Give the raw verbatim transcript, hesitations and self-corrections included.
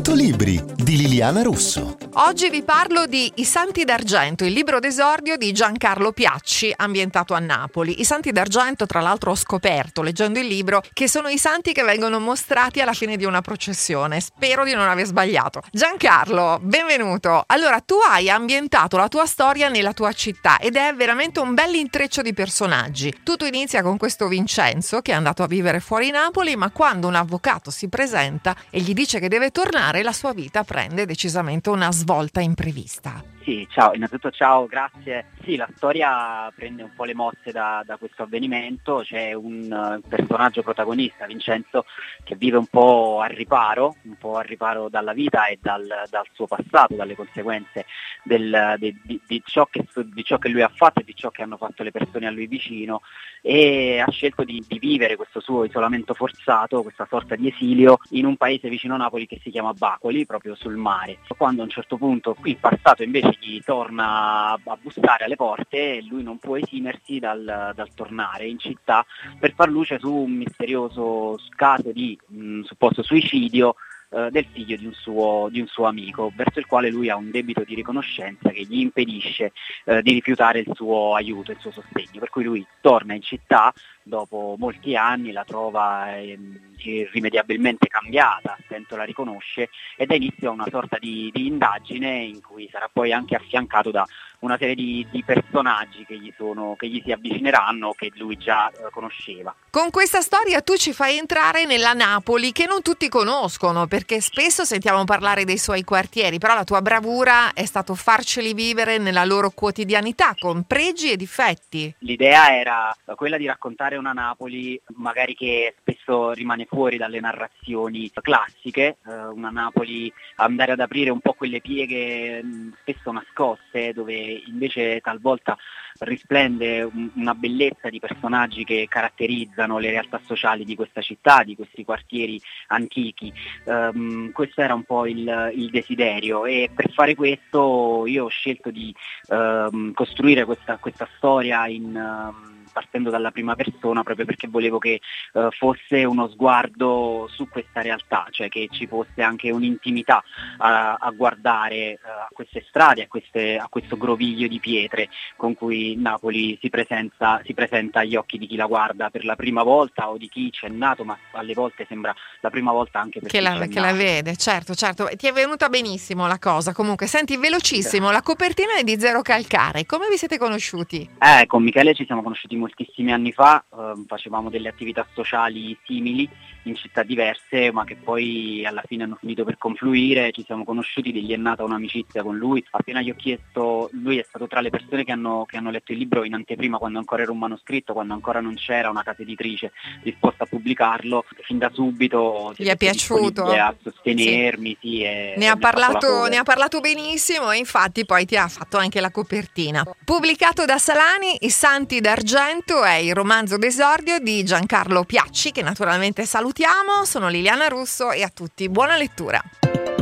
cento libri di Liliana Russo. Oggi vi parlo di I Santi d'Argento, il libro d'esordio di Giancarlo Piacci, ambientato a Napoli. I Santi d'Argento, tra l'altro, ho scoperto, leggendo il libro, che sono i santi che vengono mostrati alla fine di una processione. Spero di non aver sbagliato. Giancarlo, benvenuto. Allora, tu hai ambientato la tua storia nella tua città ed è veramente un bel intreccio di personaggi. Tutto inizia con questo Vincenzo che è andato a vivere fuori Napoli, ma quando un avvocato si presenta e gli dice che deve tornare, la sua vita prende decisamente una svolta imprevista. Sì, ciao, innanzitutto ciao, grazie. Sì, la storia prende un po' le mosse da, da questo avvenimento. C'è un uh, personaggio protagonista, Vincenzo, che vive un po' al riparo, un po' al riparo dalla vita e dal, dal suo passato, dalle conseguenze del, di, di, di, ciò che, di ciò che lui ha fatto e di ciò che hanno fatto le persone a lui vicino, e ha scelto di, di vivere questo suo isolamento forzato, questa sorta di esilio, in un paese vicino a Napoli che si chiama Bacoli, proprio sul mare. Quando a un certo punto il passato invece gli torna a bussare alle porte, lui non può esimersi dal, dal tornare in città per far luce su un misterioso caso di mh, supposto suicidio eh, del figlio di un, suo, di un suo amico, verso il quale lui ha un debito di riconoscenza che gli impedisce eh, di rifiutare il suo aiuto, il suo sostegno, per cui lui torna in città dopo molti anni, la trova eh, irrimediabilmente cambiata, stento la riconosce, e dà inizio a una sorta di, di indagine in cui sarà poi anche affiancato da una serie di, di personaggi che gli, sono, che gli si avvicineranno, che lui già eh, conosceva. Con questa storia tu ci fai entrare nella Napoli che non tutti conoscono, perché spesso sentiamo parlare dei suoi quartieri, però la tua bravura è stato farceli vivere nella loro quotidianità, con pregi e difetti. L'idea era quella di raccontare una Napoli magari che spesso rimane fuori dalle narrazioni classiche, eh, una Napoli, andare ad aprire un po' quelle pieghe mh, spesso nascoste, dove invece talvolta risplende un, una bellezza di personaggi che caratterizzano le realtà sociali di questa città, di questi quartieri antichi. Um, questo era un po' il, il desiderio, e per fare questo io ho scelto di um, costruire questa, questa storia in... Um, partendo dalla prima persona, proprio perché volevo che uh, fosse uno sguardo su questa realtà, cioè che ci fosse anche un'intimità a, a guardare uh, a queste strade, a, queste, a questo groviglio di pietre con cui Napoli si presenta, si presenta agli occhi di chi la guarda per la prima volta o di chi c'è nato, ma alle volte sembra la prima volta anche per che chi la, c'è che nato. la vede, certo, certo. Ti è venuta benissimo la cosa. Comunque, senti, velocissimo, la copertina è di Zero Calcare. Come vi siete conosciuti? Eh, con Michele ci siamo conosciuti moltissimi anni fa, eh, facevamo delle attività sociali simili in città diverse, ma che poi alla fine hanno finito per confluire. Ci siamo conosciuti, gli è nata un'amicizia con lui. Appena gli ho chiesto, lui è stato tra le persone che hanno, che hanno letto il libro in anteprima, quando ancora era un manoscritto, quando ancora non c'era una casa editrice disposta a pubblicarlo. Fin da subito gli è piaciuto a sostenermi, sì, sì, e ne, ha parlato, ne ha parlato benissimo, e infatti poi ti ha fatto anche la copertina. Pubblicato da Salani, I Santi d'Argento è il romanzo d'esordio di Giancarlo Piacci, che naturalmente salutiamo. Sono Liliana Russo e a tutti buona lettura.